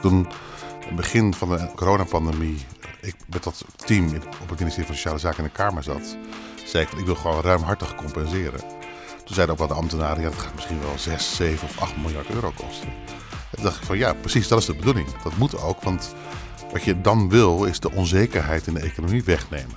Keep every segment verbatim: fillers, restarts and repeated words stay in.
Toen, in het begin van de coronapandemie, ik met dat team op het ministerie van Sociale Zaken in de Kamer zat, zei ik van ik wil gewoon ruimhartig compenseren. Toen zeiden ook wel de ambtenaren, ja, dat gaat misschien wel zes, zeven of acht miljard euro kosten. En toen dacht ik van ja, precies, dat is de bedoeling. Dat moet ook, want wat je dan wil is de onzekerheid in de economie wegnemen.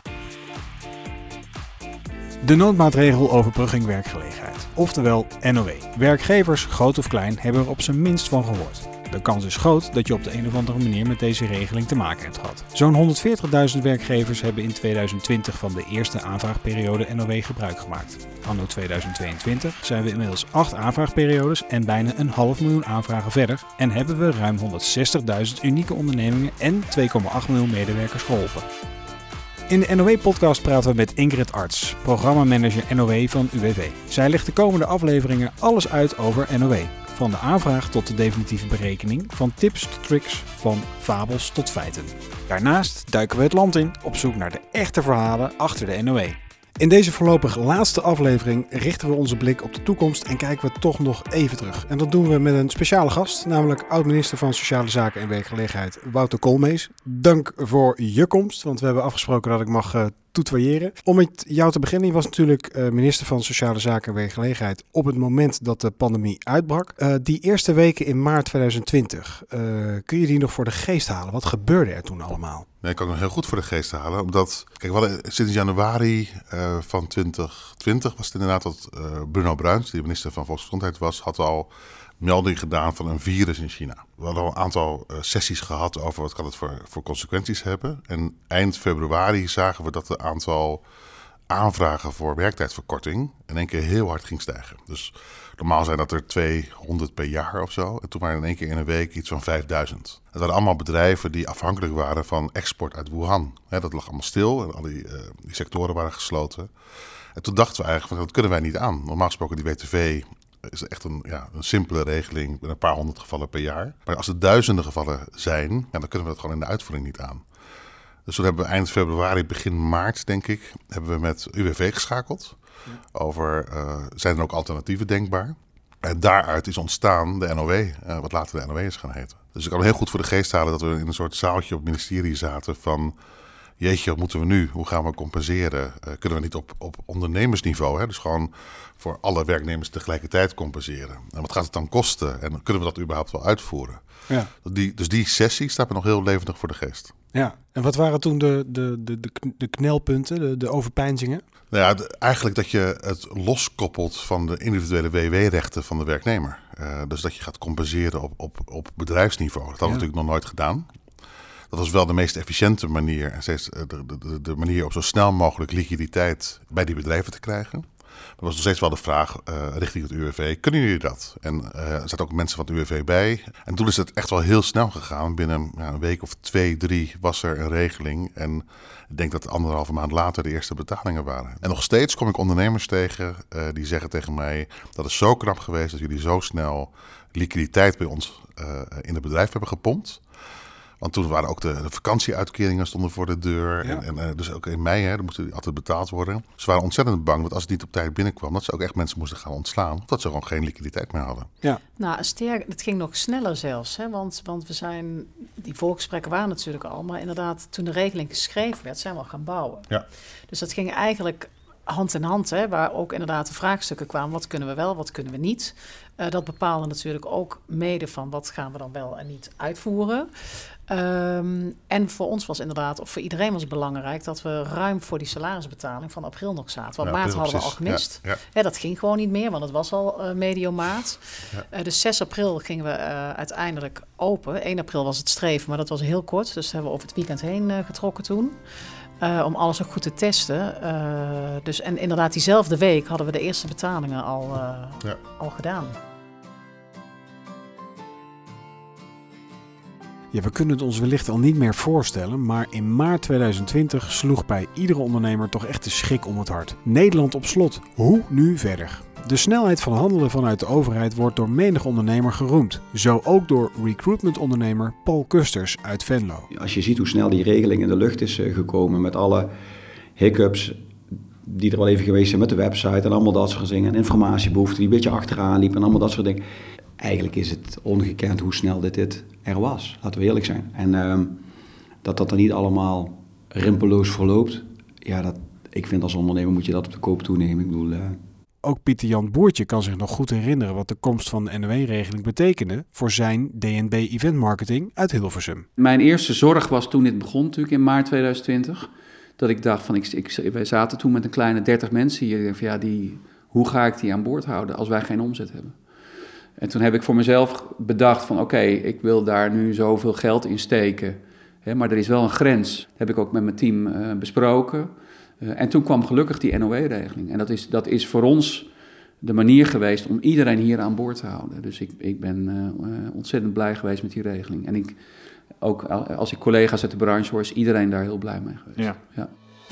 De noodmaatregel overbrugging werkgelegenheid, oftewel N O W. Werkgevers, groot of klein, hebben er op zijn minst van gehoord. De kans is groot dat je op de een of andere manier met deze regeling te maken hebt gehad. Zo'n honderdveertigduizend werkgevers hebben in tweeduizend twintig van de eerste aanvraagperiode N O W gebruik gemaakt. Anno tweeduizend tweeëntwintig zijn we inmiddels acht aanvraagperiodes en bijna een half miljoen aanvragen verder en hebben we ruim honderdzestigduizend unieke ondernemingen en twee komma acht miljoen medewerkers geholpen. In de N O W-podcast praten we met Ingrid Arts, programmamanager N O W van U W V. Zij legt de komende afleveringen alles uit over N O W. Van de aanvraag tot de definitieve berekening, van tips tot tricks, van fabels tot feiten. Daarnaast duiken we het land in op zoek naar de echte verhalen achter de N O W. In deze voorlopig laatste aflevering richten we onze blik op de toekomst en kijken we toch nog even terug. En dat doen we met een speciale gast, namelijk oud-minister van Sociale Zaken en Werkgelegenheid Wouter Koolmees. Dank voor je komst, want we hebben afgesproken dat ik mag uh, toetoyeren. Om met jou te beginnen, je was natuurlijk uh, minister van Sociale Zaken en Werkgelegenheid op het moment dat de pandemie uitbrak. Uh, die eerste weken in maart tweeduizend twintig, uh, kun je die nog voor de geest halen? Wat gebeurde er toen allemaal? Nee, ik kan het heel goed voor de geest halen. Omdat, kijk, we hadden sinds januari uh, van twintig twintig was het inderdaad dat uh, Bruno Bruins, die minister van Volksgezondheid was, had al melding gedaan van een virus in China. We hadden al een aantal uh, sessies gehad over wat kan het voor, voor consequenties hebben. En eind februari zagen we dat het aantal aanvragen voor werktijdverkorting in één keer heel hard ging stijgen. Dus normaal zijn dat er tweehonderd per jaar of zo. En toen waren in één keer in een week iets van vijfduizend. Het waren allemaal bedrijven die afhankelijk waren van export uit Wuhan. He, dat lag allemaal stil en al die, uh, die sectoren waren gesloten. En toen dachten we eigenlijk van dat kunnen wij niet aan. Normaal gesproken die W T V is echt een, ja, een simpele regeling met een paar honderd gevallen per jaar. Maar als er duizenden gevallen zijn, ja, dan kunnen we dat gewoon in de uitvoering niet aan. Dus toen hebben we eind februari, begin maart, denk ik, hebben we met U W V geschakeld. Ja. Over, uh, zijn er ook alternatieven denkbaar? En daaruit is ontstaan de N O W, uh, wat later de N O W is gaan heten. Dus ik kan me heel goed voor de geest halen dat we in een soort zaaltje op het ministerie zaten van jeetje, wat moeten we nu? Hoe gaan we compenseren? Uh, kunnen we niet op, op ondernemersniveau, hè? Dus gewoon voor alle werknemers tegelijkertijd compenseren? En wat gaat het dan kosten? En kunnen we dat überhaupt wel uitvoeren? Ja. Die, dus die sessie staat me nog heel levendig voor de geest. Ja, en wat waren toen de, de, de, de knelpunten, de, de overpeinzingen? Nou ja, de, eigenlijk dat je het loskoppelt van de individuele W W-rechten van de werknemer. Uh, dus dat je gaat compenseren op, op, op bedrijfsniveau. Dat hadden we ja. natuurlijk nog nooit gedaan. Dat was wel de meest efficiënte manier en steeds de, de, de, de manier om zo snel mogelijk liquiditeit bij die bedrijven te krijgen. Er was nog steeds wel de vraag uh, richting het U W V, kunnen jullie dat? En uh, er zaten ook mensen van het U W V bij. En toen is het echt wel heel snel gegaan. Binnen ja, een week of twee, drie was er een regeling. En ik denk dat anderhalve maand later de eerste betalingen waren. En nog steeds kom ik ondernemers tegen uh, die zeggen tegen mij, dat is zo knap geweest dat jullie zo snel liquiditeit bij ons uh, in het bedrijf hebben gepompt. Want toen waren ook de, de vakantieuitkeringen stonden voor de deur. Ja. En, en uh, dus ook in mei, hè, dan moesten die altijd betaald worden. Ze waren ontzettend bang dat als het niet op tijd binnenkwam, dat ze ook echt mensen moesten gaan ontslaan. Of dat ze gewoon geen liquiditeit meer hadden. Ja. Nou, sterk, het ging nog sneller zelfs. Hè, want, want we zijn, die voorgesprekken waren natuurlijk al. Maar inderdaad, toen de regeling geschreven werd, zijn we al gaan bouwen. Ja. Dus dat ging eigenlijk hand in hand, hè, waar ook inderdaad de vraagstukken kwamen. Wat kunnen we wel, wat kunnen we niet? Uh, dat bepaalde natuurlijk ook mede van wat gaan we dan wel en niet uitvoeren. Um, en voor ons was inderdaad, of voor iedereen was het belangrijk, dat we ruim voor die salarisbetaling van april nog zaten. Want ja, maart hadden we al gemist. Ja, ja. Ja, dat ging gewoon niet meer, want het was al uh, medio maart. Ja. Uh, dus zes april gingen we uh, uiteindelijk open. één april was het streven, maar dat was heel kort. Dus dat hebben we over het weekend heen uh, getrokken toen. Uh, om alles ook goed te testen. Uh, dus, en inderdaad, diezelfde week hadden we de eerste betalingen al, uh, ja. al gedaan. Ja, we kunnen het ons wellicht al niet meer voorstellen, maar in maart tweeduizend twintig sloeg bij iedere ondernemer toch echt de schrik om het hart. Nederland op slot. Hoe nu verder? De snelheid van handelen vanuit de overheid wordt door menig ondernemer geroemd. Zo ook door recruitmentondernemer Paul Kusters uit Venlo. Als je ziet hoe snel die regeling in de lucht is gekomen met alle hiccups die er al even geweest zijn met de website en allemaal dat soort dingen. En informatiebehoeften die een beetje achteraan liepen en allemaal dat soort dingen. eigenlijk is het ongekend hoe snel dit, dit er was. Laten we eerlijk zijn. En uh, dat dat er niet allemaal rimpeloos verloopt. Ja, dat, ik vind als ondernemer moet je dat op de koop toenemen. Ik bedoel... Uh, Ook Pieter Jan Boertje kan zich nog goed herinneren wat de komst van de N O W-regeling betekende voor zijn D en B Event Marketing uit Hilversum. Mijn eerste zorg was toen dit begon, natuurlijk in maart tweeduizend twintig, dat ik dacht van, ik, ik, wij zaten toen met een kleine dertig mensen hier. Ik dacht van, ja, die, hoe ga ik die aan boord houden als wij geen omzet hebben? En toen heb ik voor mezelf bedacht van, oké, okay, ik wil daar nu zoveel geld in steken, hè, maar er is wel een grens. Dat heb ik ook met mijn team uh, besproken. Uh, en toen kwam gelukkig die N O W-regeling. En dat is, dat is voor ons de manier geweest om iedereen hier aan boord te houden. Dus ik, ik ben uh, uh, ontzettend blij geweest met die regeling. En ik, ook als ik collega's uit de branche hoor, is iedereen daar heel blij mee geweest. Ja. Ja.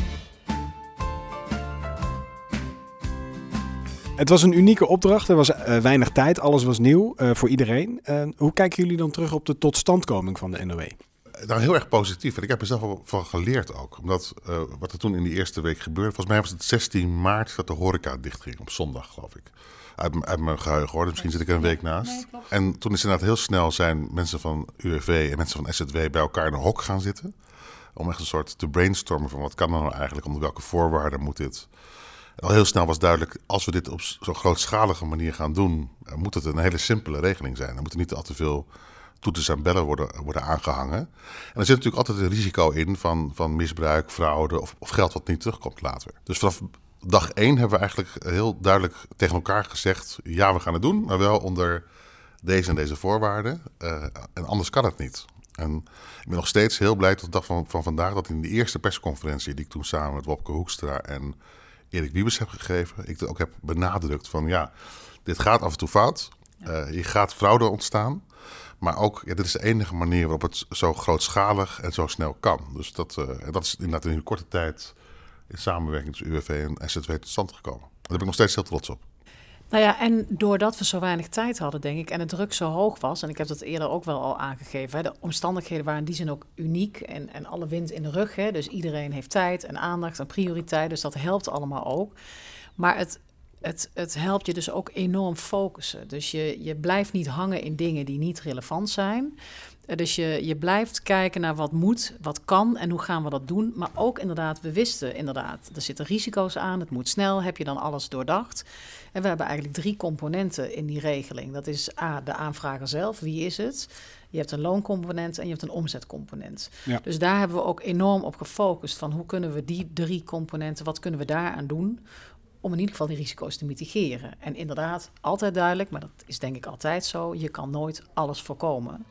Het was een unieke opdracht, er was uh, weinig tijd, alles was nieuw uh, voor iedereen. Uh, hoe kijken jullie dan terug op de totstandkoming van de N O W? Nou, heel erg positief. En ik heb er zelf wel van geleerd ook. Omdat uh, wat er toen in die eerste week gebeurde... Volgens mij was het zestien maart dat de horeca dichtging. Op zondag, geloof ik. Uit, uit mijn geheugen hoor. Dus misschien zit ik er een week naast. Nee, en toen is inderdaad heel snel zijn mensen van U W V en mensen van S Z W... bij elkaar in een hok gaan zitten. Om echt een soort te brainstormen van wat kan er nou eigenlijk... onder welke voorwaarden moet dit... Al heel snel was duidelijk, als we dit op zo'n grootschalige manier gaan doen... moet het een hele simpele regeling zijn. Er moeten niet al te veel... toeters en bellen worden, worden aangehangen. En er zit natuurlijk altijd een risico in van, van misbruik, fraude of, of geld wat niet terugkomt later. Dus vanaf dag één hebben we eigenlijk heel duidelijk tegen elkaar gezegd... ja, we gaan het doen, maar wel onder deze en deze voorwaarden. Uh, en anders kan het niet. En ik ben nog steeds heel blij tot de dag van, van vandaag... dat in de eerste persconferentie die ik toen samen met Wopke Hoekstra en Erik Wiebes heb gegeven... ik ook heb benadrukt van ja, dit gaat af en toe fout. Uh, hier gaat fraude ontstaan... Maar ook, ja, dit is de enige manier waarop het zo grootschalig en zo snel kan. Dus dat, uh, dat is inderdaad in een korte tijd in samenwerking tussen U W V en S Z W tot stand gekomen. Daar ben ik nog steeds heel trots op. Nou ja, en doordat we zo weinig tijd hadden, denk ik, en de druk zo hoog was... en ik heb dat eerder ook wel al aangegeven... Hè, de omstandigheden waren in die zin ook uniek en, en alle wind in de rug. Hè, dus iedereen heeft tijd en aandacht en prioriteit, dus dat helpt allemaal ook. Maar het... Het, het helpt je dus ook enorm focussen. Dus je, je blijft niet hangen in dingen die niet relevant zijn. Dus je, je blijft kijken naar wat moet, wat kan en hoe gaan we dat doen. Maar ook inderdaad, we wisten inderdaad, er zitten risico's aan. Het moet snel, heb je dan alles doordacht. En we hebben eigenlijk drie componenten in die regeling. Dat is A, de aanvrager zelf, wie is het? Je hebt een looncomponent en je hebt een omzetcomponent. Ja. Dus daar hebben we ook enorm op gefocust. Van hoe kunnen we die drie componenten, wat kunnen we daaraan doen... om in ieder geval die risico's te mitigeren. En inderdaad, altijd duidelijk, maar dat is denk ik altijd zo... je kan nooit alles voorkomen.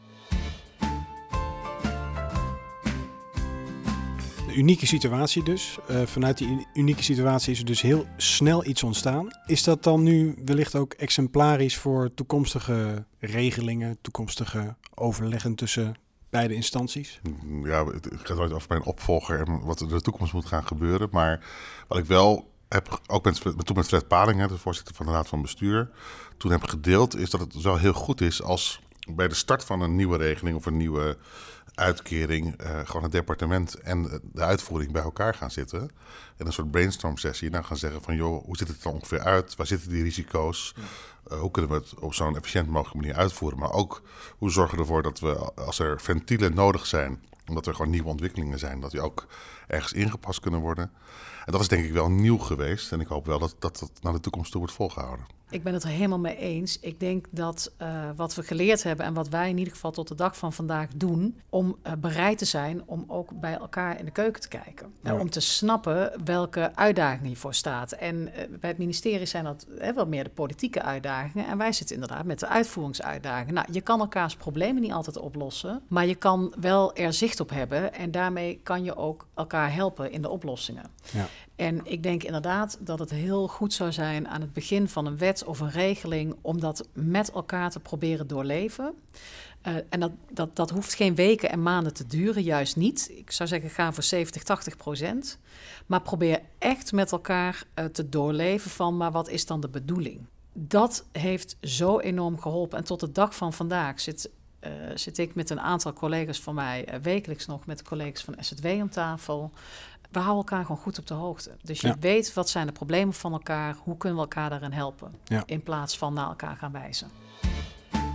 Een unieke situatie dus. Uh, vanuit die unieke situatie is er dus heel snel iets ontstaan. Is dat dan nu wellicht ook exemplarisch voor toekomstige regelingen... toekomstige overleggen tussen beide instanties? Ja, het gaat nooit over mijn opvolger en wat er in de toekomst moet gaan gebeuren. Maar wat ik wel... heb ook met, toen met Fred Paling, de voorzitter van de Raad van Bestuur, toen heb gedeeld, is dat het zo heel goed is als bij de start van een nieuwe regeling of een nieuwe uitkering uh, gewoon het departement en de uitvoering bij elkaar gaan zitten. En een soort brainstorm sessie en dan gaan zeggen van joh, hoe ziet het er ongeveer uit? Waar zitten die risico's? Uh, hoe kunnen we het op zo'n efficiënt mogelijke manier uitvoeren? Maar ook hoe zorgen we ervoor dat we, als er ventielen nodig zijn, omdat er gewoon nieuwe ontwikkelingen zijn, dat die ook ergens ingepast kunnen worden. En dat is denk ik wel nieuw geweest. En ik hoop wel dat dat, dat naar de toekomst toe wordt volgehouden. Ik ben het er helemaal mee eens. Ik denk dat uh, wat we geleerd hebben en wat wij in ieder geval tot de dag van vandaag doen, om uh, bereid te zijn om ook bij elkaar in de keuken te kijken. Ja. Uh, om te snappen welke uitdaging hiervoor staat. En uh, bij het ministerie zijn dat uh, wat meer de politieke uitdagingen. En wij zitten inderdaad met de uitvoeringsuitdagingen. Nou, je kan elkaars problemen niet altijd oplossen, maar je kan wel er zicht op hebben. En daarmee kan je ook elkaar helpen in de oplossingen. Ja. En ik denk inderdaad dat het heel goed zou zijn aan het begin van een wet of een regeling om dat met elkaar te proberen doorleven. Uh, en dat, dat, dat hoeft geen weken en maanden te duren, juist niet. Ik zou zeggen, ga voor zeventig, tachtig procent. Maar probeer echt met elkaar uh, te doorleven van, maar wat is dan de bedoeling? Dat heeft zo enorm geholpen. En tot de dag van vandaag zit, uh, zit ik met een aantal collega's van mij uh, wekelijks nog met de collega's van S Z W om tafel. We houden elkaar gewoon goed op de hoogte. Dus je ja. weet, wat zijn de problemen van elkaar? Hoe kunnen we elkaar daarin helpen? Ja. In plaats van naar elkaar gaan wijzen.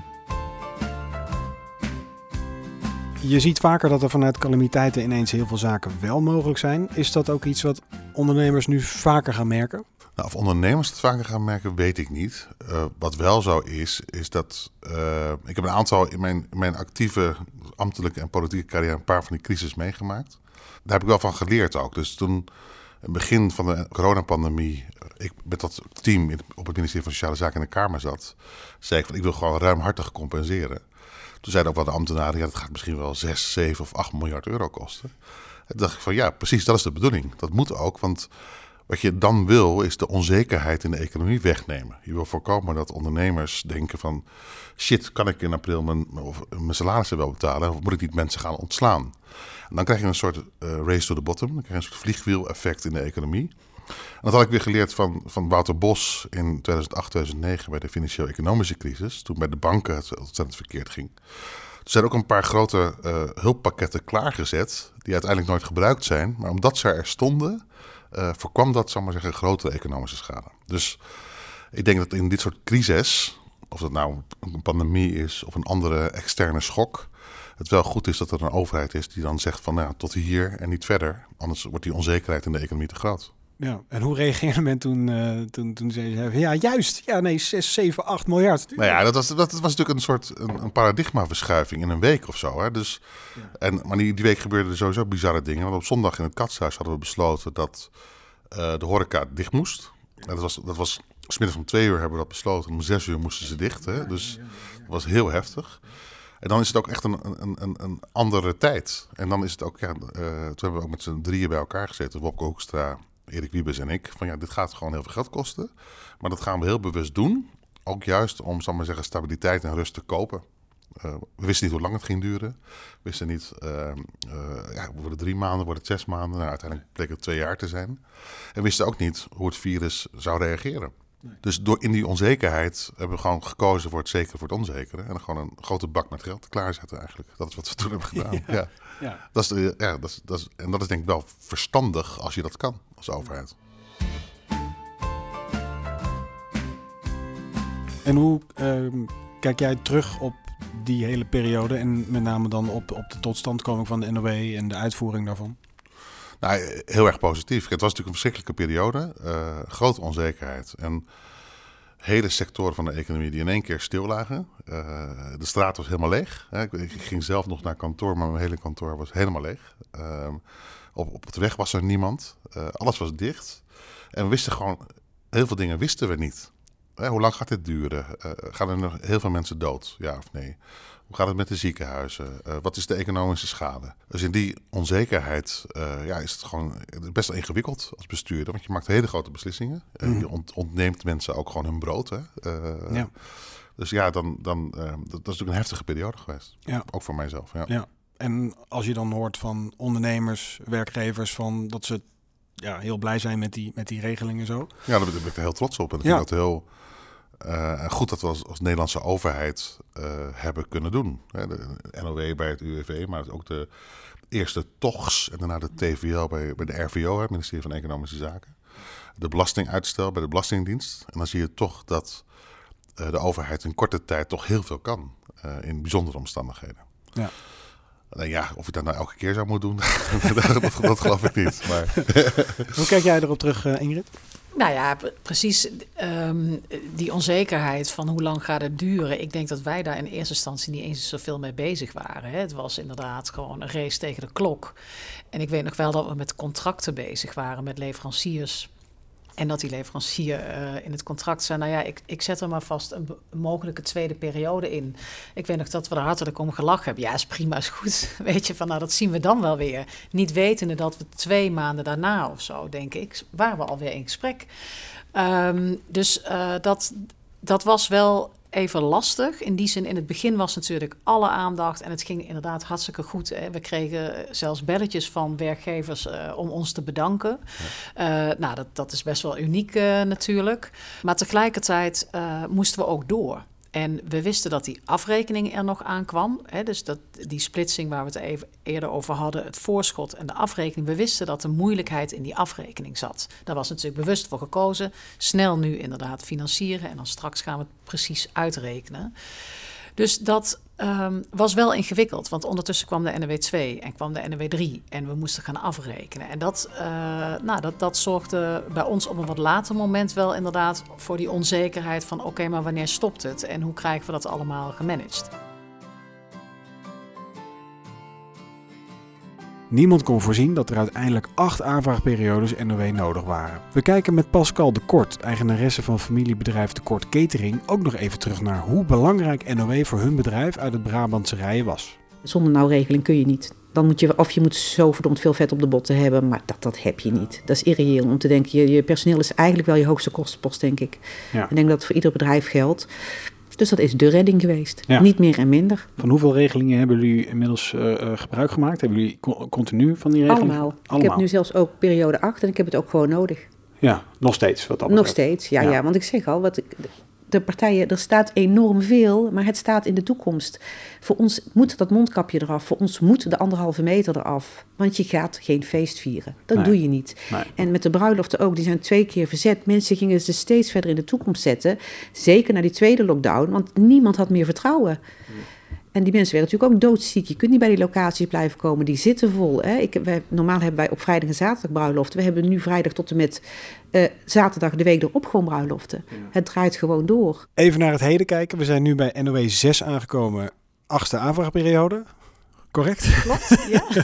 Je ziet vaker dat er vanuit calamiteiten ineens heel veel zaken wel mogelijk zijn. Is dat ook iets wat ondernemers nu vaker gaan merken? Nou, of ondernemers het vaker gaan merken, weet ik niet. Uh, wat wel zo is, is dat... Uh, ik heb een aantal in mijn, in mijn actieve ambtelijke en politieke carrière... een paar van die crisis meegemaakt. Daar heb ik wel van geleerd ook. Dus toen, in het begin van de coronapandemie... ik met dat team op het ministerie van Sociale Zaken in de Kamer zat... zei ik van, ik wil gewoon ruimhartig compenseren. Toen zeiden ook wel de ambtenaren... ja, dat gaat misschien wel zes, zeven of acht miljard euro kosten. En toen dacht ik van, ja, precies, dat is de bedoeling. Dat moet ook, want... wat je dan wil, is de onzekerheid in de economie wegnemen. Je wil voorkomen dat ondernemers denken van... shit, kan ik in april mijn, of mijn salarissen wel betalen? Of moet ik niet mensen gaan ontslaan? En dan krijg je een soort uh, race to the bottom. Dan krijg je een soort vliegwiel-effect in de economie. En dat had ik weer geleerd van, van Wouter Bos in tweeduizend acht, tweeduizend negen... bij de financieel-economische crisis. Toen bij de banken het ontzettend verkeerd ging. Er zijn ook een paar grote uh, hulppakketten klaargezet... die uiteindelijk nooit gebruikt zijn. Maar omdat ze er stonden... Uh, voorkwam dat, zal maar zeggen, grotere economische schade. Dus ik denk dat in dit soort crisis, of dat nou een pandemie is of een andere externe schok, het wel goed is dat er een overheid is die dan zegt van nou, tot hier en niet verder. Anders wordt die onzekerheid in de economie te groot. Ja, en hoe reageerde men toen, uh, toen, toen ze ja, juist, ja nee, zes, zeven, acht miljard. Nou ja, dat was, dat was natuurlijk een soort een, een paradigmaverschuiving in een week of zo. Hè? Dus, ja. en, maar die, die week gebeurden er sowieso bizarre dingen. Want op zondag in het Katshuis hadden we besloten dat uh, de horeca dicht moest. En dat was, dat was, 's middags om twee uur hebben we dat besloten. Om zes uur moesten ze dicht. Hè? Dus dat was heel heftig. En dan is het ook echt een, een, een, een andere tijd. En dan is het ook, ja, uh, toen hebben we ook met z'n drieën bij elkaar gezeten. Wopke Hoekstra, Erik Wiebes en ik, van ja, dit gaat gewoon heel veel geld kosten. Maar dat gaan we heel bewust doen. Ook juist om, zal maar zeggen, stabiliteit en rust te kopen. Uh, we wisten niet hoe lang het ging duren. We wisten niet, uh, uh, ja, wordt het drie maanden, wordt het zes maanden. Nou, uiteindelijk bleek het twee jaar te zijn. En we wisten ook niet hoe het virus zou reageren. Nee. Dus door in die onzekerheid hebben we gewoon gekozen voor het zekere, voor het onzekere. En dan gewoon een grote bak met geld klaarzetten eigenlijk. Dat is wat we toen hebben gedaan. Ja. Ja. Ja. Dat is, de, ja, dat is, dat is, en dat is denk ik wel verstandig als je dat kan als overheid. En hoe uh, kijk jij terug op die hele periode en met name dan op, op de totstandkoming van de N O W en de uitvoering daarvan? Nou, heel erg positief. Het was natuurlijk een verschrikkelijke periode. Uh, grote onzekerheid. En hele sectoren van de economie die in één keer stil lagen. Uh, de straat was helemaal leeg. Ik, ik ging zelf nog naar kantoor, maar mijn hele kantoor was helemaal leeg. Uh, op, op het weg was er niemand. Uh, alles was dicht. En we wisten gewoon, heel veel dingen wisten we niet. Uh, hoe lang gaat dit duren? Uh, gaan er nog heel veel mensen dood? Ja of nee? Hoe gaat het met de ziekenhuizen? Uh, wat is de economische schade? Dus in die onzekerheid uh, ja, is het gewoon best wel ingewikkeld als bestuurder. Want je maakt hele grote beslissingen. Uh, mm. Je ont- ontneemt mensen ook gewoon hun brood. Hè? Uh, ja. Dus ja, dan, dan, uh, dat, dat is natuurlijk een heftige periode geweest. Ja. Ook voor mijzelf. Ja. Ja. En als je dan hoort van ondernemers, werkgevers, van dat ze ja, heel blij zijn met die, met die regelingen en zo. Ja, daar ben ik er heel trots op. En ik ja. vind dat heel... Uh, goed dat we als, als Nederlandse overheid uh, hebben kunnen doen. Hè, de N O W bij het U W V, maar ook de eerste T O G S en daarna de T V L bij, bij de R V O, het ministerie van Economische Zaken. De belastinguitstel bij de Belastingdienst. En dan zie je toch dat uh, de overheid in korte tijd toch heel veel kan. Uh, in bijzondere omstandigheden. Ja. Nou ja, of je dat nou elke keer zou moeten doen, dat, dat, dat geloof ik niet. Maar hoe kijk jij erop terug, uh, Ingrid? Nou ja, p- precies um, die onzekerheid van hoe lang gaat het duren. Ik denk dat wij daar in eerste instantie niet eens zoveel mee bezig waren. Hè. Het was inderdaad gewoon een race tegen de klok. En ik weet nog wel dat we met contracten bezig waren met leveranciers. En dat die leverancier uh, in het contract zei, nou ja, ik, ik zet er maar vast een, be- een mogelijke tweede periode in. Ik weet nog dat we er hartelijk om gelachen hebben. Ja, is prima, is goed. Weet je, van nou, dat zien we dan wel weer. Niet wetende dat we twee maanden daarna of zo, denk ik, waren we alweer in gesprek. Um, dus uh, dat, dat was wel even lastig. In die zin, in het begin was natuurlijk alle aandacht en het ging inderdaad hartstikke goed. Hè. We kregen zelfs belletjes van werkgevers uh, om ons te bedanken. Ja. Uh, nou, dat, dat is best wel uniek uh, natuurlijk. Maar tegelijkertijd uh, moesten we ook door. En we wisten dat die afrekening er nog aankwam. Hè, dus dat, die splitsing waar we het even eerder over hadden, het voorschot en de afrekening. We wisten dat de moeilijkheid in die afrekening zat. Daar was natuurlijk bewust voor gekozen. Snel nu inderdaad financieren en dan straks gaan we het precies uitrekenen. Dus dat um, was wel ingewikkeld. Want ondertussen kwam de N O W twee en kwam de N O W drie. En we moesten gaan afrekenen. En dat, uh, nou, dat, dat zorgde bij ons op een wat later moment wel inderdaad voor die onzekerheid van oké, okay, maar wanneer stopt het? En hoe krijgen we dat allemaal gemanaged? Niemand kon voorzien dat er uiteindelijk acht aanvraagperiodes N O W nodig waren. We kijken met Pascal de Kort, eigenaresse van familiebedrijf de Kort Catering, ook nog even terug naar hoe belangrijk N O W voor hun bedrijf uit het Brabantse Rijen was. Zonder nauwregeling kun je niet. Dan moet je, of je moet zo verdomd veel vet op de botten hebben, maar dat, dat heb je niet. Dat is irreëel om te denken, je, je personeel is eigenlijk wel je hoogste kostenpost, denk ik. Ja. Ik denk dat het voor ieder bedrijf geldt. Dus dat is de redding geweest. Ja. Niet meer en minder. Van hoeveel regelingen hebben jullie inmiddels uh, gebruik gemaakt? Hebben jullie co- continu van die regelingen? Allemaal. Allemaal. Ik heb nu zelfs ook periode acht en ik heb het ook gewoon nodig. Ja, nog steeds. Wat dat nog steeds, ja, ja. ja. Want ik zeg al, wat ik, de partijen, er staat enorm veel, maar het staat in de toekomst. Voor ons moet dat mondkapje eraf. Voor ons moet de anderhalve meter eraf. Want je gaat geen feest vieren. Dat nee. doe je niet. Nee. En met de bruiloften ook, die zijn twee keer verzet. Mensen gingen ze steeds verder in de toekomst zetten. Zeker na die tweede lockdown, want niemand had meer vertrouwen. Hmm. En die mensen werden natuurlijk ook doodziek. Je kunt niet bij die locaties blijven komen. Die zitten vol. Hè? Ik, wij, normaal hebben wij op vrijdag en zaterdag bruiloften. We hebben nu vrijdag tot en met uh, zaterdag de week erop gewoon bruiloften. Ja. Het draait gewoon door. Even naar het heden kijken. We zijn nu bij N O W zes aangekomen. Achtste aanvraagperiode. Correct? Klopt,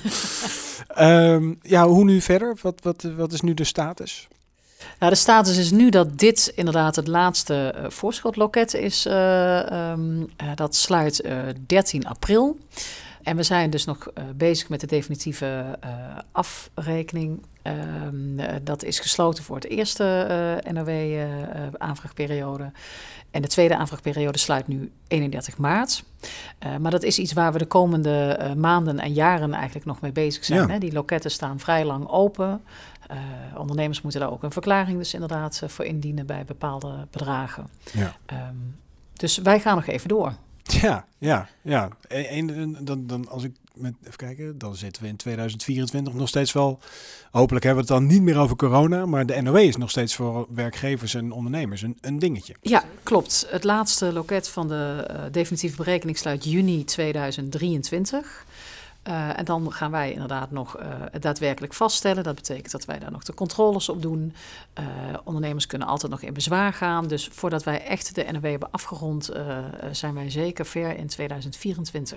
ja. um, ja, hoe nu verder? Wat, wat, wat is nu de status? Nou, de status is nu dat dit inderdaad het laatste uh, voorschotloket is. Uh, um, uh, dat sluit uh, dertien april. En we zijn dus nog uh, bezig met de definitieve uh, afrekening. Uh, uh, dat is gesloten voor de eerste uh, N O W-aanvraagperiode. Uh, en de tweede aanvraagperiode sluit nu eenendertig maart. Uh, maar dat is iets waar we de komende uh, maanden en jaren eigenlijk nog mee bezig zijn. Ja. Hè? Die loketten staan vrij lang open. Uh, ondernemers moeten daar ook een verklaring dus inderdaad uh, voor indienen bij bepaalde bedragen. Ja. Um, dus wij gaan nog even door. Ja, ja, ja. En, dan, dan, als ik met, even kijken, dan zitten we in tweeduizend vierentwintig nog steeds wel. Hopelijk hebben we het dan niet meer over corona, maar de N O W is nog steeds voor werkgevers en ondernemers een, een dingetje. Ja, klopt. Het laatste loket van de uh, definitieve berekening sluit juni tweeduizend drieëntwintig. Uh, en dan gaan wij inderdaad nog uh, het daadwerkelijk vaststellen. Dat betekent dat wij daar nog de controles op doen. Uh, ondernemers kunnen altijd nog in bezwaar gaan. Dus voordat wij echt de N O W hebben afgerond, uh, zijn wij zeker ver in tweeduizend vierentwintig.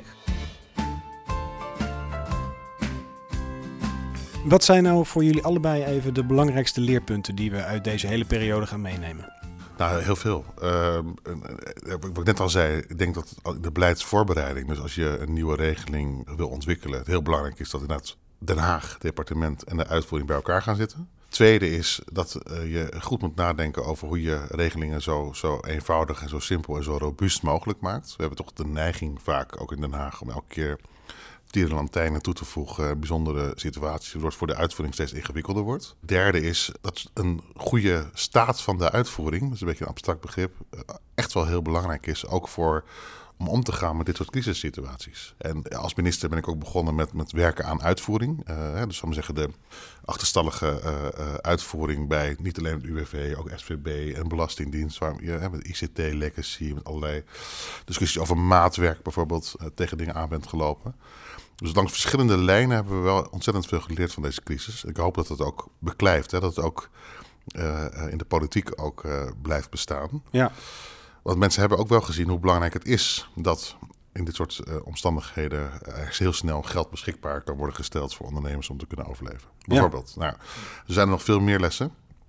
Wat zijn nou voor jullie allebei even de belangrijkste leerpunten die we uit deze hele periode gaan meenemen? Nou, heel veel. Uh, wat ik net al zei, ik denk dat de beleidsvoorbereiding, dus als je een nieuwe regeling wil ontwikkelen, het heel belangrijk is dat inderdaad Den Haag, het departement en de uitvoering bij elkaar gaan zitten. Tweede is dat uh, je goed moet nadenken over hoe je regelingen zo, zo eenvoudig en zo simpel en zo robuust mogelijk maakt. We hebben toch de neiging vaak, ook in Den Haag, om elke keer tierenlantijnen toe te voegen, bijzondere situaties, waardoor het voor de uitvoering steeds ingewikkelder wordt. Derde is dat een goede staat van de uitvoering, dat is een beetje een abstract begrip, echt wel heel belangrijk is, ook voor om om te gaan met dit soort crisissituaties. En als minister ben ik ook begonnen met, met werken aan uitvoering. Uh, dus zal ik zeggen de achterstallige uh, uh, uitvoering bij niet alleen het U W V, ook S V B en Belastingdienst, waar je uh, met I C T-legacy, met allerlei discussies over maatwerk bijvoorbeeld uh, tegen dingen aan bent gelopen. Dus langs verschillende lijnen hebben we wel ontzettend veel geleerd van deze crisis. Ik hoop dat het ook beklijft, hè, dat het ook uh, in de politiek ook uh, blijft bestaan. Ja. Want mensen hebben ook wel gezien hoe belangrijk het is dat in dit soort uh, omstandigheden er heel snel geld beschikbaar kan worden gesteld voor ondernemers om te kunnen overleven. Bijvoorbeeld. Ja. Nou, er zijn er nog veel meer lessen.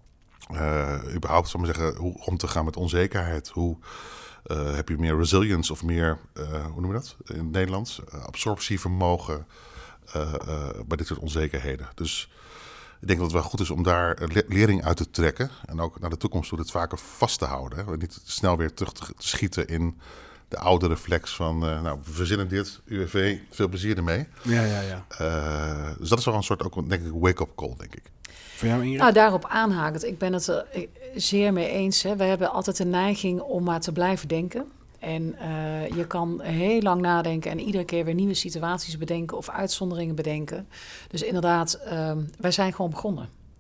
Uh, überhaupt, zal ik maar zeggen, hoe om te gaan met onzekerheid. Hoe uh, heb je meer resilience of meer, uh, hoe noem je dat in het Nederlands? Uh, absorptievermogen uh, uh, bij dit soort onzekerheden. Dus ik denk dat het wel goed is om daar le- lering uit te trekken. En ook naar de toekomst toe dit vaker vast te houden. Hè. Niet snel weer terug te, te schieten in de oude reflex van, uh, nou, we verzinnen dit, U W V, veel plezier ermee. Ja, ja, ja. Uh, dus dat is wel een soort, ook, denk ik, wake-up call, denk ik. Voor jou, Ingrid? Nou, daarop aanhakend. Ik ben het er zeer mee eens. Hè. We hebben altijd de neiging om maar te blijven denken. En uh, je kan heel lang nadenken en iedere keer weer nieuwe situaties bedenken of uitzonderingen bedenken. Dus inderdaad, uh, wij zijn gewoon begonnen.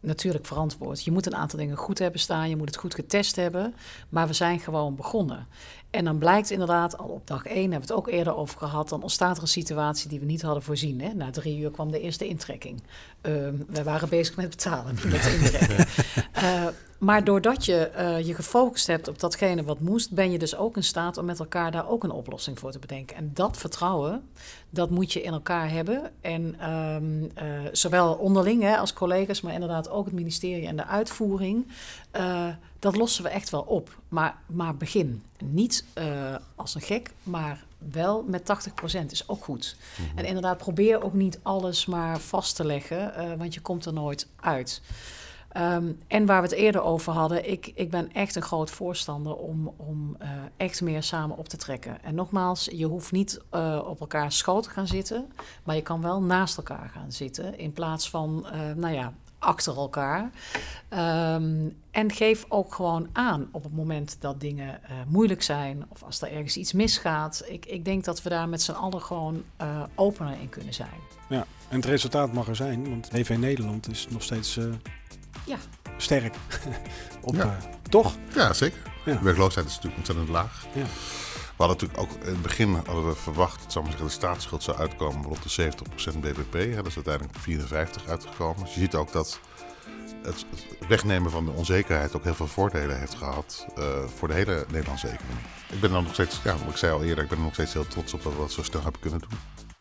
natuurlijk verantwoord. Je moet een aantal dingen goed hebben staan, je moet het goed getest hebben, maar we zijn gewoon begonnen. En dan blijkt inderdaad, al op dag één, hebben we het ook eerder over gehad, dan ontstaat er een situatie die we niet hadden voorzien. Hè? Na drie uur kwam de eerste intrekking. Uh, we waren bezig met betalen, niet met intrekken. uh, maar doordat je uh, je gefocust hebt op datgene wat moest, ben je dus ook in staat om met elkaar daar ook een oplossing voor te bedenken. En dat vertrouwen, dat moet je in elkaar hebben. En um, uh, zowel onderling hè, als collega's, maar inderdaad ook het ministerie en de uitvoering. Uh, dat lossen we echt wel op. Maar, maar begin. Niet uh, als een gek, maar wel met tachtig procent is ook goed. Mm-hmm. En inderdaad, probeer ook niet alles maar vast te leggen, uh, want je komt er nooit uit. Um, en waar we het eerder over hadden, ik, ik ben echt een groot voorstander om, om uh, echt meer samen op te trekken. En nogmaals, je hoeft niet uh, op elkaar schoot te gaan zitten, maar je kan wel naast elkaar gaan zitten in plaats van, uh, nou ja, achter elkaar. Um, en geef ook gewoon aan op het moment dat dingen uh, moeilijk zijn of als er ergens iets misgaat. Ik, ik denk dat we daar met z'n allen gewoon uh, opener in kunnen zijn. Ja, en het resultaat mag er zijn, want H V Nederland is nog steeds uh, ja. sterk. Op, ja. uh, toch? Ja, zeker. Ja. De werkloosheid is natuurlijk ontzettend laag. Ja. We hadden natuurlijk ook in het begin hadden we verwacht dat zou zeggen, de staatsschuld zou uitkomen rond de zeventig procent B B P. Hè, dat is uiteindelijk vierenvijftig uitgekomen. Dus je ziet ook dat het wegnemen van de onzekerheid ook heel veel voordelen heeft gehad uh, voor de hele Nederlandse economie. Ik ben dan nog steeds, ja, wat ik zei al eerder, ik ben er nog steeds heel trots op dat we dat zo snel hebben kunnen doen.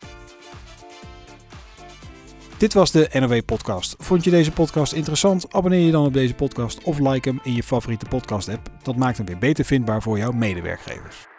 Dit was de N O W-podcast. Vond je deze podcast interessant? Abonneer je dan op deze podcast of like hem in je favoriete podcast-app. Dat maakt hem weer beter vindbaar voor jouw medewerkgevers.